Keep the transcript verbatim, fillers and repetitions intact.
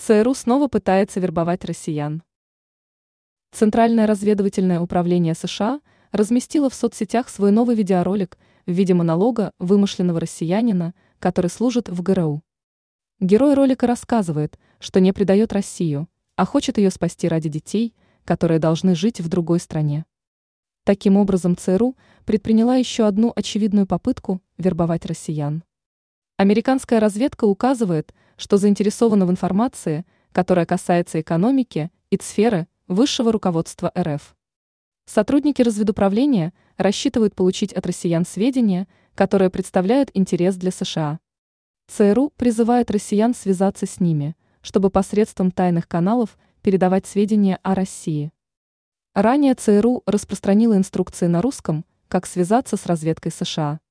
ЦРУ снова пытается вербовать россиян. Центральное разведывательное управление США разместило в соцсетях свой новый видеоролик в виде монолога вымышленного россиянина, который служит в ГРУ. Герой ролика рассказывает, что не предает Россию, а хочет ее спасти ради детей, которые должны жить в другой стране. Таким образом, ЦРУ предприняла еще одну очевидную попытку вербовать россиян. Американская разведка указывает, что заинтересована в информации, которая касается экономики и сферы высшего руководства РФ. Сотрудники разведуправления рассчитывают получить от россиян сведения, которые представляют интерес для США. ЦРУ призывает россиян связаться с ними, чтобы посредством тайных каналов передавать сведения о России. Ранее ЦРУ распространила инструкции на русском, как связаться с разведкой США.